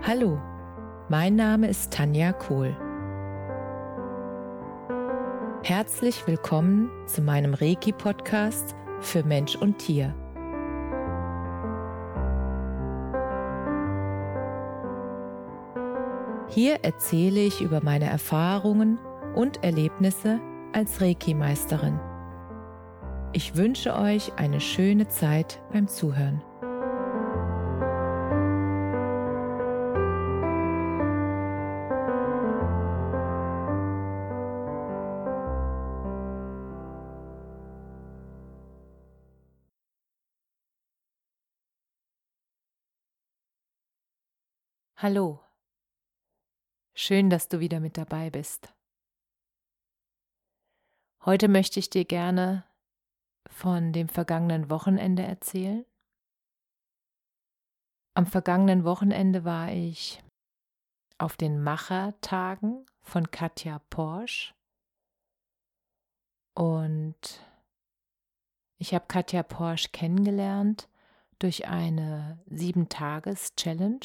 Hallo, mein Name ist Tanja Kohl. Herzlich willkommen zu meinem Reiki-Podcast für Mensch und Tier. Hier erzähle ich über meine Erfahrungen und Erlebnisse als Reiki-Meisterin. Ich wünsche euch eine schöne Zeit beim Zuhören. Hallo, schön, dass du wieder mit dabei bist. Heute möchte ich dir gerne von dem vergangenen Wochenende erzählen. Am vergangenen Wochenende war ich auf den Machertagen von Katja Porsch und ich habe Katja Porsch kennengelernt durch eine 7-Tages-Challenge.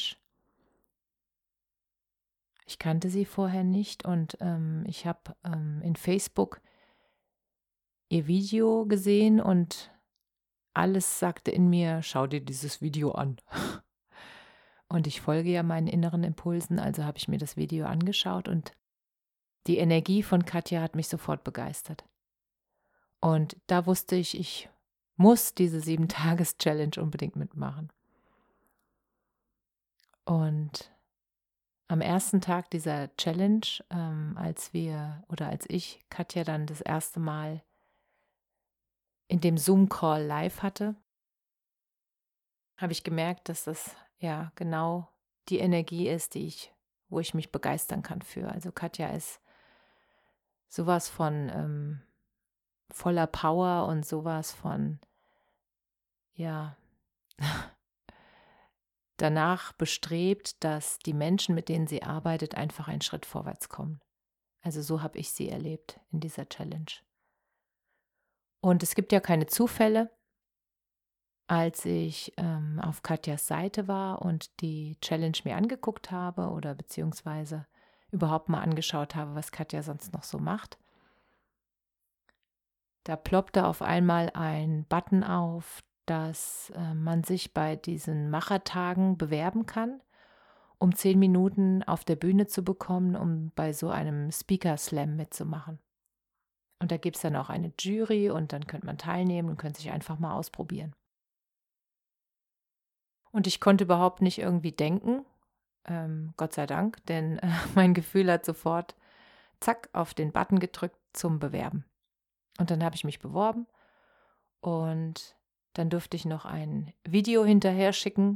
Ich kannte sie vorher nicht und ich habe in Facebook ihr Video gesehen und alles sagte in mir, schau dir dieses Video an. Und ich folge ja meinen inneren Impulsen, also habe ich mir das Video angeschaut und die Energie von Katja hat mich sofort begeistert. Und da wusste ich, ich muss diese 7-Tages-Challenge unbedingt mitmachen. Und am ersten Tag dieser Challenge, als ich Katja dann das erste Mal in dem Zoom-Call live hatte, habe ich gemerkt, dass das ja genau die Energie ist, wo ich mich begeistern kann für. Also Katja ist sowas von voller Power und sowas von, ja, danach bestrebt, dass die Menschen, mit denen sie arbeitet, einfach einen Schritt vorwärts kommen. Also so habe ich sie erlebt in dieser Challenge. Und es gibt ja keine Zufälle. Als ich auf Katjas Seite war und die Challenge mir angeguckt habe oder beziehungsweise überhaupt mal angeschaut habe, was Katja sonst noch so macht, da ploppte auf einmal ein Button auf, dass man sich bei diesen Machertagen bewerben kann, um 10 Minuten auf der Bühne zu bekommen, um bei so einem Speaker Slam mitzumachen. Und da gibt es dann auch eine Jury und dann könnte man teilnehmen und könnte sich einfach mal ausprobieren. Und ich konnte überhaupt nicht irgendwie denken, Gott sei Dank, denn mein Gefühl hat sofort, zack, auf den Button gedrückt zum Bewerben. Und dann habe ich mich beworben und dann durfte ich noch ein Video hinterher schicken,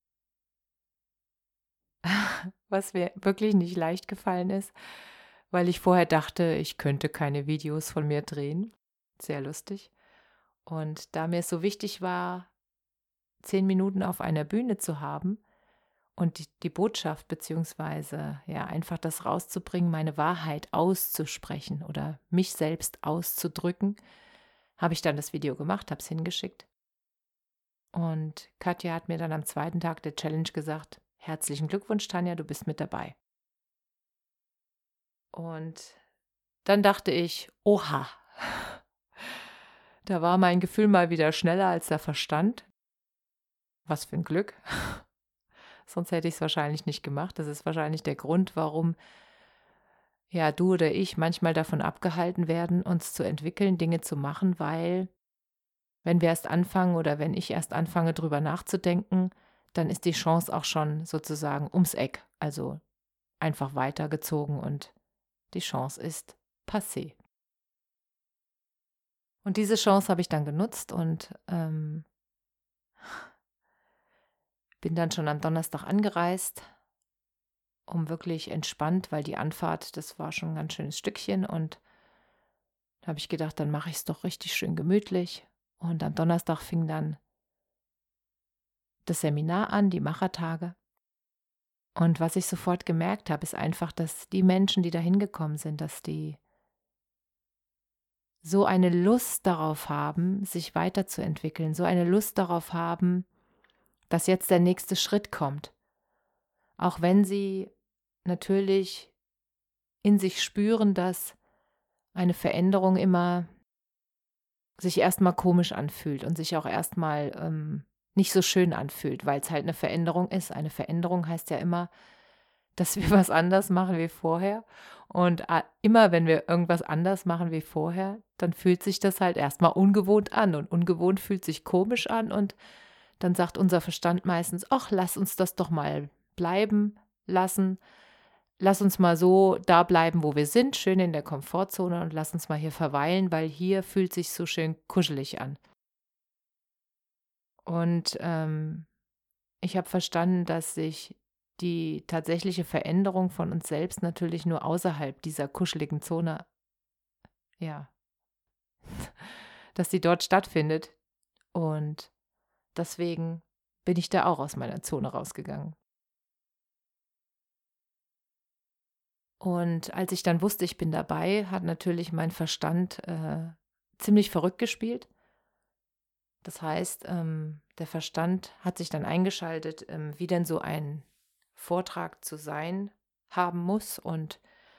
was mir wirklich nicht leicht gefallen ist, weil ich vorher dachte, ich könnte keine Videos von mir drehen. Sehr lustig. Und da mir es so wichtig war, 10 Minuten auf einer Bühne zu haben und die Botschaft beziehungsweise ja einfach das rauszubringen, meine Wahrheit auszusprechen oder mich selbst auszudrücken, habe ich dann das Video gemacht, habe es hingeschickt. Und Katja hat mir dann am zweiten Tag der Challenge gesagt, herzlichen Glückwunsch, Tanja, du bist mit dabei. Und dann dachte ich, oha, da war mein Gefühl mal wieder schneller als der Verstand. Was für ein Glück. Sonst hätte ich es wahrscheinlich nicht gemacht. Das ist wahrscheinlich der Grund, warum ja du oder ich manchmal davon abgehalten werden, uns zu entwickeln, Dinge zu machen, weil wenn wir erst anfangen oder wenn ich erst anfange, drüber nachzudenken, dann ist die Chance auch schon sozusagen ums Eck, also einfach weitergezogen und die Chance ist passé. Und diese Chance habe ich dann genutzt und bin dann schon am Donnerstag angereist, um wirklich entspannt, weil die Anfahrt, das war schon ein ganz schönes Stückchen und da habe ich gedacht, dann mache ich es doch richtig schön gemütlich. Und am Donnerstag fing dann das Seminar an, die Machertage. Und was ich sofort gemerkt habe, ist einfach, dass die Menschen, die da hingekommen sind, dass die so eine Lust darauf haben, sich weiterzuentwickeln, so eine Lust darauf haben, dass jetzt der nächste Schritt kommt. Auch wenn sie natürlich in sich spüren, dass eine Veränderung immer sich erstmal komisch anfühlt und sich auch erstmal nicht so schön anfühlt, weil es halt eine Veränderung ist. Eine Veränderung heißt ja immer, dass wir was anders machen wie vorher. Und immer, wenn wir irgendwas anders machen wie vorher, dann fühlt sich das halt erstmal ungewohnt an. Und ungewohnt fühlt sich komisch an. Und dann sagt unser Verstand meistens, ach, lass uns das doch mal bleiben lassen. Lass uns mal so da bleiben, wo wir sind, schön in der Komfortzone und lass uns mal hier verweilen, weil hier fühlt sich so schön kuschelig an. Und ich habe verstanden, dass sich die tatsächliche Veränderung von uns selbst natürlich nur außerhalb dieser kuscheligen Zone, ja, dass sie dort stattfindet. Und deswegen bin ich da auch aus meiner Zone rausgegangen. Und als ich dann wusste, ich bin dabei, hat natürlich mein Verstand ziemlich verrückt gespielt. Das heißt, der Verstand hat sich dann eingeschaltet, wie denn so ein Vortrag zu sein haben muss und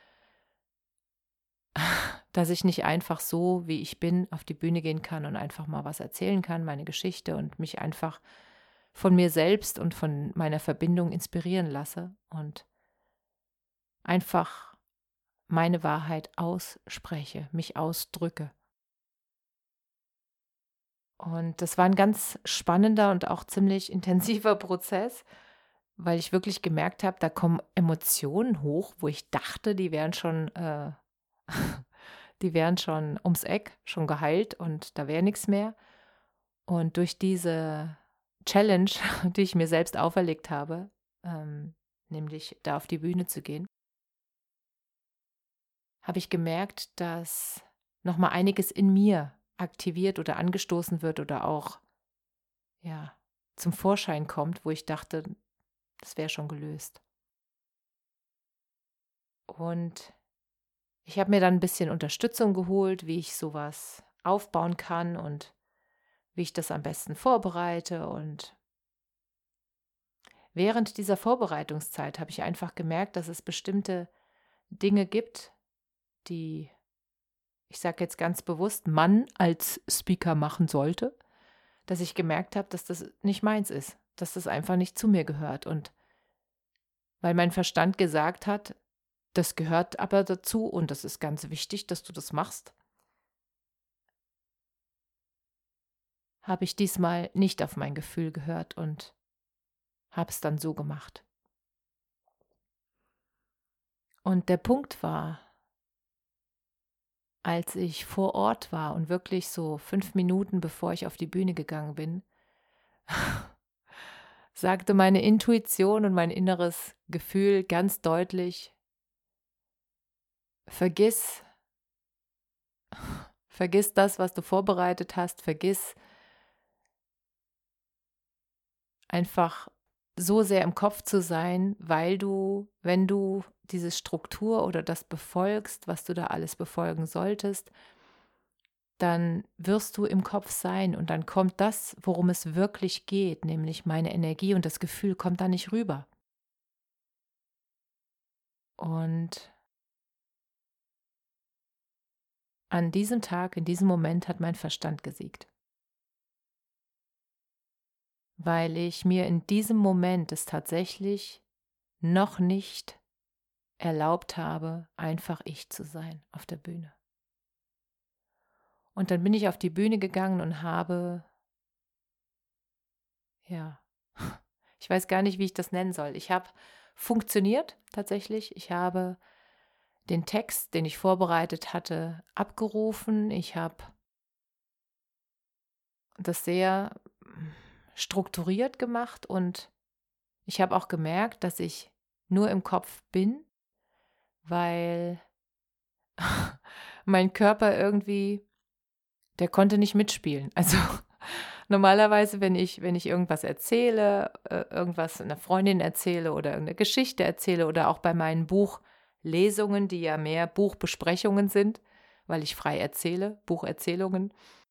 dass ich nicht einfach so, wie ich bin, auf die Bühne gehen kann und einfach mal was erzählen kann, meine Geschichte und mich einfach von mir selbst und von meiner Verbindung inspirieren lasse und einfach meine Wahrheit ausspreche, mich ausdrücke. Und das war ein ganz spannender und auch ziemlich intensiver Prozess, weil ich wirklich gemerkt habe, da kommen Emotionen hoch, wo ich dachte, die wären schon die wären schon ums Eck, schon geheilt und da wäre nichts mehr. Und durch diese Challenge, die ich mir selbst auferlegt habe, nämlich da auf die Bühne zu gehen, habe ich gemerkt, dass noch mal einiges in mir aktiviert oder angestoßen wird oder auch, ja, zum Vorschein kommt, wo ich dachte, das wäre schon gelöst. Und ich habe mir dann ein bisschen Unterstützung geholt, wie ich sowas aufbauen kann und wie ich das am besten vorbereite. Und während dieser Vorbereitungszeit habe ich einfach gemerkt, dass es bestimmte Dinge gibt, die, ich sage jetzt ganz bewusst, man als Speaker machen sollte, dass ich gemerkt habe, dass das nicht meins ist, dass das einfach nicht zu mir gehört. Und weil mein Verstand gesagt hat, das gehört aber dazu und das ist ganz wichtig, dass du das machst, habe ich diesmal nicht auf mein Gefühl gehört und habe es dann so gemacht. Und der Punkt war, als ich vor Ort war und wirklich so 5 Minuten bevor ich auf die Bühne gegangen bin, sagte meine Intuition und mein inneres Gefühl ganz deutlich, vergiss, vergiss das, was du vorbereitet hast, vergiss einfach so sehr im Kopf zu sein, weil du, wenn du diese Struktur oder das befolgst, was du da alles befolgen solltest, dann wirst du im Kopf sein und dann kommt das, worum es wirklich geht, nämlich meine Energie und das Gefühl kommt da nicht rüber. Und an diesem Tag, in diesem Moment hat mein Verstand gesiegt, weil ich mir in diesem Moment es tatsächlich noch nicht erlaubt habe, einfach ich zu sein auf der Bühne. Und dann bin ich auf die Bühne gegangen und habe, ja, ich weiß gar nicht, wie ich das nennen soll. Ich habe funktioniert tatsächlich. Ich habe den Text, den ich vorbereitet hatte, abgerufen. Ich habe das sehr strukturiert gemacht und ich habe auch gemerkt, dass ich nur im Kopf bin, weil mein Körper irgendwie, der konnte nicht mitspielen. Also normalerweise, wenn ich irgendwas erzähle, irgendwas einer Freundin erzähle oder irgendeine Geschichte erzähle oder auch bei meinen Buchlesungen, die ja mehr Buchbesprechungen sind, weil ich frei erzähle, Bucherzählungen,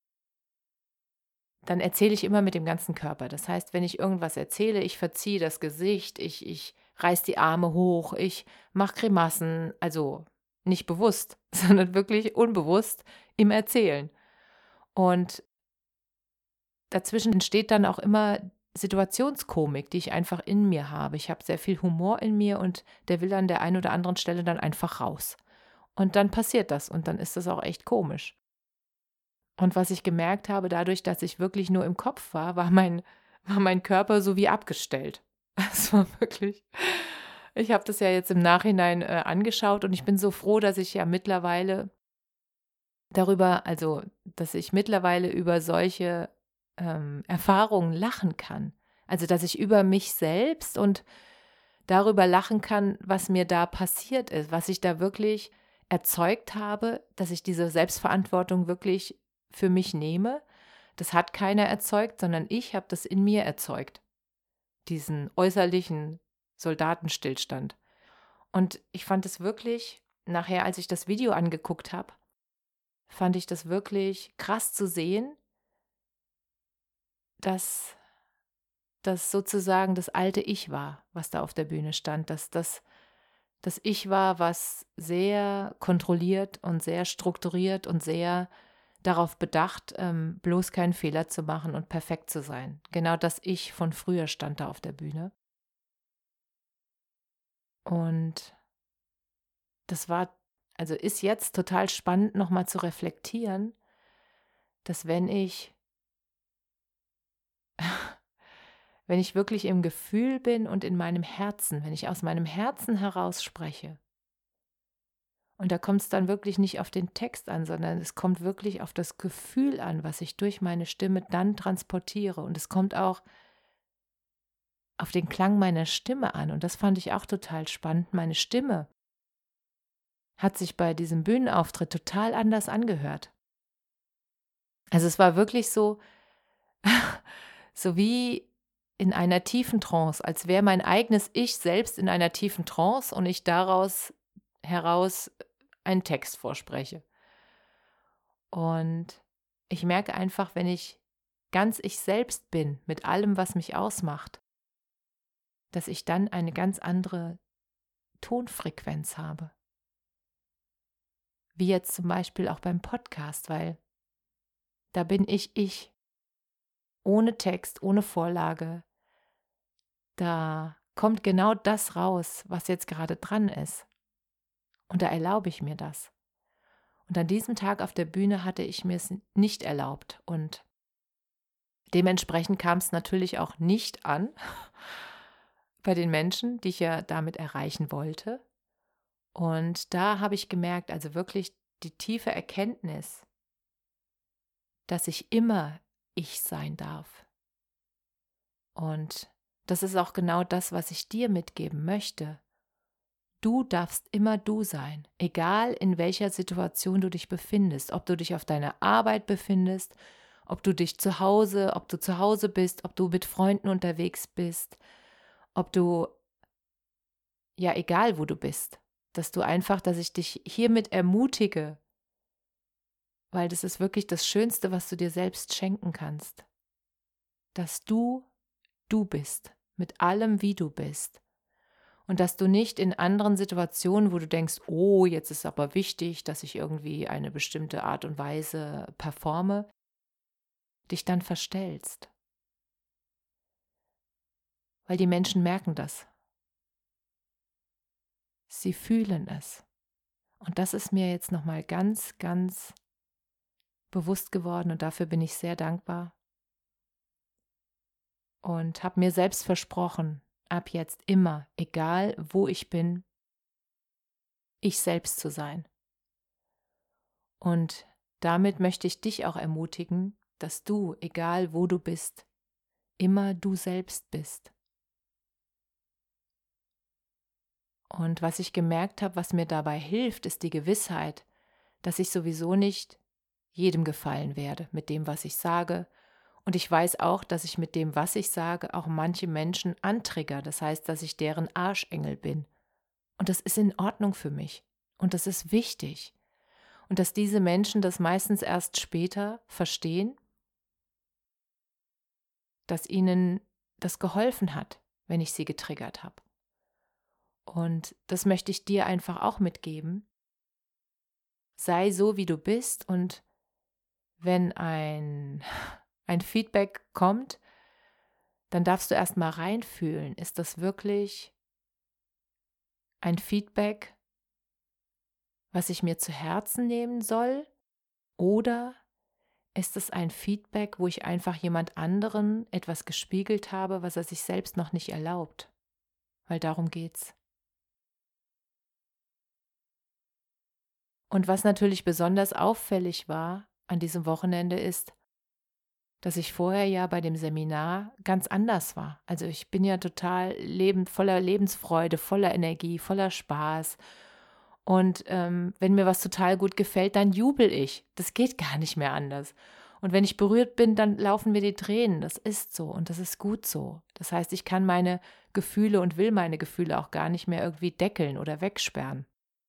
dann erzähle ich immer mit dem ganzen Körper. Das heißt, wenn ich irgendwas erzähle, ich verziehe das Gesicht, ich reiß die Arme hoch, ich mache Grimassen, also nicht bewusst, sondern wirklich unbewusst im Erzählen. Und dazwischen entsteht dann auch immer Situationskomik, die ich einfach in mir habe. Ich habe sehr viel Humor in mir und der will an der einen oder anderen Stelle dann einfach raus. Und dann passiert das und dann ist das auch echt komisch. Und was ich gemerkt habe, dadurch, dass ich wirklich nur im Kopf war, war mein Körper so wie abgestellt. Es war wirklich, ich habe das ja jetzt im Nachhinein angeschaut und ich bin so froh, dass ich ja mittlerweile dass ich mittlerweile über solche Erfahrungen lachen kann. Also, dass ich über mich selbst und darüber lachen kann, was mir da passiert ist, was ich da wirklich erzeugt habe, dass ich diese Selbstverantwortung wirklich für mich nehme. Das hat keiner erzeugt, sondern ich habe das in mir erzeugt, diesen äußerlichen Soldatenstillstand. Und ich fand es wirklich, nachher, als ich das Video angeguckt habe, fand ich das wirklich krass zu sehen, dass das sozusagen das alte Ich war, was da auf der Bühne stand, dass das Ich war, was sehr kontrolliert und sehr strukturiert und sehr darauf bedacht, bloß keinen Fehler zu machen und perfekt zu sein. Genau das Ich von früher stand da auf der Bühne. Und das war, also ist jetzt total spannend, nochmal zu reflektieren, dass wenn ich wirklich im Gefühl bin und in meinem Herzen, wenn ich aus meinem Herzen heraus spreche, und da kommt es dann wirklich nicht auf den Text an, sondern es kommt wirklich auf das Gefühl an, was ich durch meine Stimme dann transportiere. Und es kommt auch auf den Klang meiner Stimme an. Und das fand ich auch total spannend. Meine Stimme hat sich bei diesem Bühnenauftritt total anders angehört. Also es war wirklich so, so wie in einer tiefen Trance, als wäre mein eigenes Ich selbst in einer tiefen Trance und ich daraus heraus einen Text vorspreche. Und ich merke einfach, wenn ich ganz ich selbst bin, mit allem, was mich ausmacht, dass ich dann eine ganz andere Tonfrequenz habe. Wie jetzt zum Beispiel auch beim Podcast, weil da bin ich, ohne Text, ohne Vorlage. Da kommt genau das raus, was jetzt gerade dran ist. Und da erlaube ich mir das. Und an diesem Tag auf der Bühne hatte ich mir es nicht erlaubt. Und dementsprechend kam es natürlich auch nicht an bei den Menschen, die ich ja damit erreichen wollte. Und da habe ich gemerkt, also wirklich die tiefe Erkenntnis, dass ich immer ich sein darf. Und das ist auch genau das, was ich dir mitgeben möchte. Du darfst immer du sein, egal in welcher Situation du dich befindest, ob du dich auf deiner Arbeit befindest, ob du zu Hause bist, ob du mit Freunden unterwegs bist, ob du, ja, egal wo du bist, dass ich dich hiermit ermutige, weil das ist wirklich das Schönste, was du dir selbst schenken kannst, dass du bist, mit allem, wie du bist. Und dass du nicht in anderen Situationen, wo du denkst, oh, jetzt ist aber wichtig, dass ich irgendwie eine bestimmte Art und Weise performe, dich dann verstellst. Weil die Menschen merken das. Sie fühlen es. Und das ist mir jetzt nochmal ganz, ganz bewusst geworden und dafür bin ich sehr dankbar. Und habe mir selbst versprochen, ab jetzt immer, egal wo ich bin, ich selbst zu sein. Und damit möchte ich dich auch ermutigen, dass du, egal wo du bist, immer du selbst bist. Und was ich gemerkt habe, was mir dabei hilft, ist die Gewissheit, dass ich sowieso nicht jedem gefallen werde mit dem, was ich sage. Und ich weiß auch, dass ich mit dem, was ich sage, auch manche Menschen antrigger. Das heißt, dass ich deren Arschengel bin. Und das ist in Ordnung für mich. Und das ist wichtig. Und dass diese Menschen das meistens erst später verstehen, dass ihnen das geholfen hat, wenn ich sie getriggert habe. Und das möchte ich dir einfach auch mitgeben. Sei so, wie du bist, und wenn ein Feedback kommt, dann darfst du erst mal reinfühlen. Ist das wirklich ein Feedback, was ich mir zu Herzen nehmen soll? Oder ist es ein Feedback, wo ich einfach jemand anderen etwas gespiegelt habe, was er sich selbst noch nicht erlaubt? Weil darum geht's. Und was natürlich besonders auffällig war an diesem Wochenende ist, dass ich vorher ja bei dem Seminar ganz anders war. Also ich bin ja total voller Lebensfreude, voller Energie, voller Spaß. Und wenn mir was total gut gefällt, dann jubel ich. Das geht gar nicht mehr anders. Und wenn ich berührt bin, dann laufen mir die Tränen. Das ist so und das ist gut so. Das heißt, ich kann meine Gefühle und will meine Gefühle auch gar nicht mehr irgendwie deckeln oder wegsperren.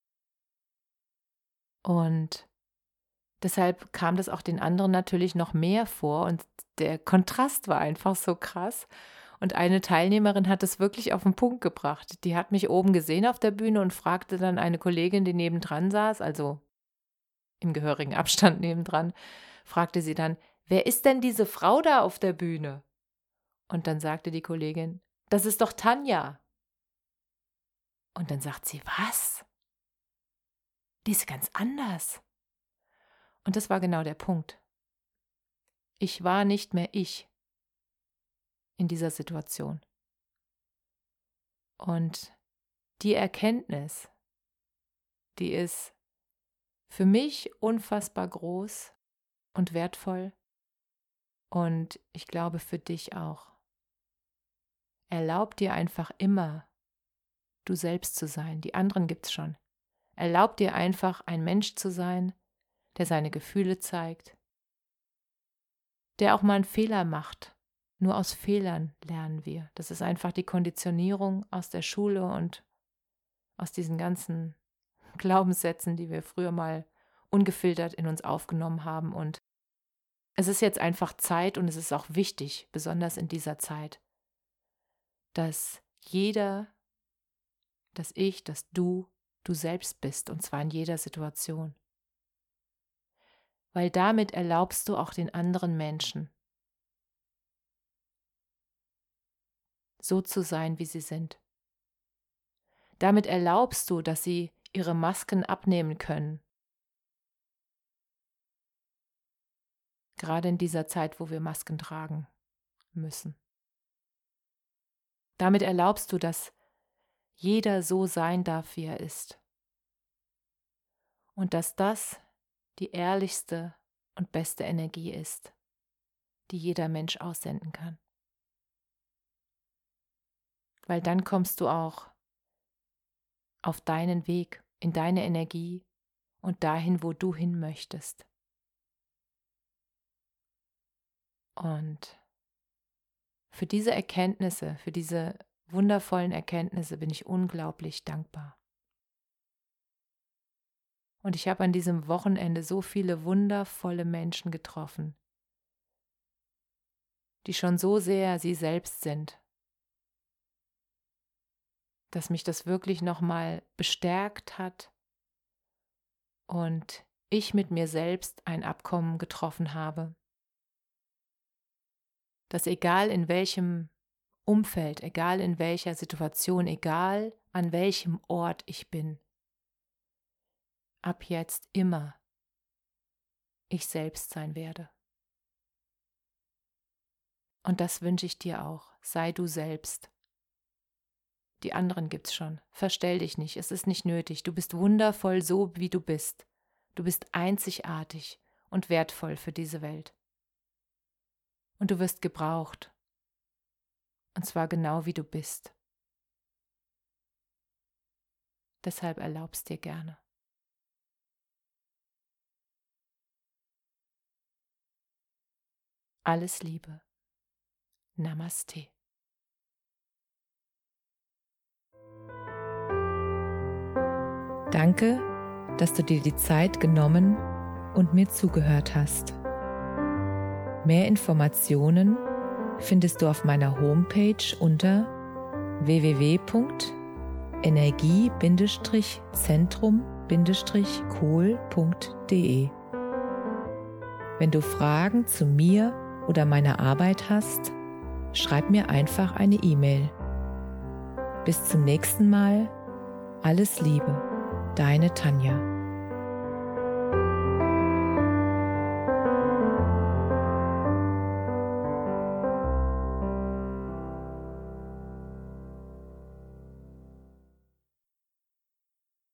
Und deshalb kam das auch den anderen natürlich noch mehr vor und der Kontrast war einfach so krass. Und eine Teilnehmerin hat es wirklich auf den Punkt gebracht. Die hat mich oben gesehen auf der Bühne und fragte dann eine Kollegin, die nebendran saß, also im gehörigen Abstand nebendran, fragte sie dann: Wer ist denn diese Frau da auf der Bühne? Und dann sagte die Kollegin: Das ist doch Tanja. Und dann sagt sie: Was? Die ist ganz anders. Und das war genau der Punkt. Ich war nicht mehr ich in dieser Situation. Und die Erkenntnis, die ist für mich unfassbar groß und wertvoll und ich glaube für dich auch. Erlaub dir einfach immer, du selbst zu sein. Die anderen gibt's schon. Erlaub dir einfach, ein Mensch zu sein, der seine Gefühle zeigt, der auch mal einen Fehler macht. Nur aus Fehlern lernen wir. Das ist einfach die Konditionierung aus der Schule und aus diesen ganzen Glaubenssätzen, die wir früher mal ungefiltert in uns aufgenommen haben. Und es ist jetzt einfach Zeit und es ist auch wichtig, besonders in dieser Zeit, dass jeder, dass ich, dass du selbst bist, und zwar in jeder Situation. Weil damit erlaubst du auch den anderen Menschen, so zu sein, wie sie sind. Damit erlaubst du, dass sie ihre Masken abnehmen können. Gerade in dieser Zeit, wo wir Masken tragen müssen. Damit erlaubst du, dass jeder so sein darf, wie er ist. Und dass das die ehrlichste und beste Energie ist, die jeder Mensch aussenden kann. Weil dann kommst du auch auf deinen Weg, in deine Energie und dahin, wo du hin möchtest. Und für diese Erkenntnisse, für diese wundervollen Erkenntnisse bin ich unglaublich dankbar. Und ich habe an diesem Wochenende so viele wundervolle Menschen getroffen, die schon so sehr sie selbst sind, dass mich das wirklich nochmal bestärkt hat und ich mit mir selbst ein Abkommen getroffen habe, dass egal in welchem Umfeld, egal in welcher Situation, egal an welchem Ort ich bin, ab jetzt immer ich selbst sein werde. Und das wünsche ich dir auch. Sei du selbst. Die anderen gibt's schon. Verstell dich nicht, es ist nicht nötig. Du bist wundervoll so, wie du bist. Du bist einzigartig und wertvoll für diese Welt. Und du wirst gebraucht. Und zwar genau wie du bist. Deshalb erlaubst dir gerne. Alles Liebe. Namaste. Danke, dass du dir die Zeit genommen und mir zugehört hast. Mehr Informationen findest du auf meiner Homepage unter www.energy-heilerin.de. energie-zentrum-kohl.de. Wenn du Fragen zu mir oder meiner Arbeit hast, schreib mir einfach eine E-Mail. Bis zum nächsten Mal. Alles Liebe, deine Tanja.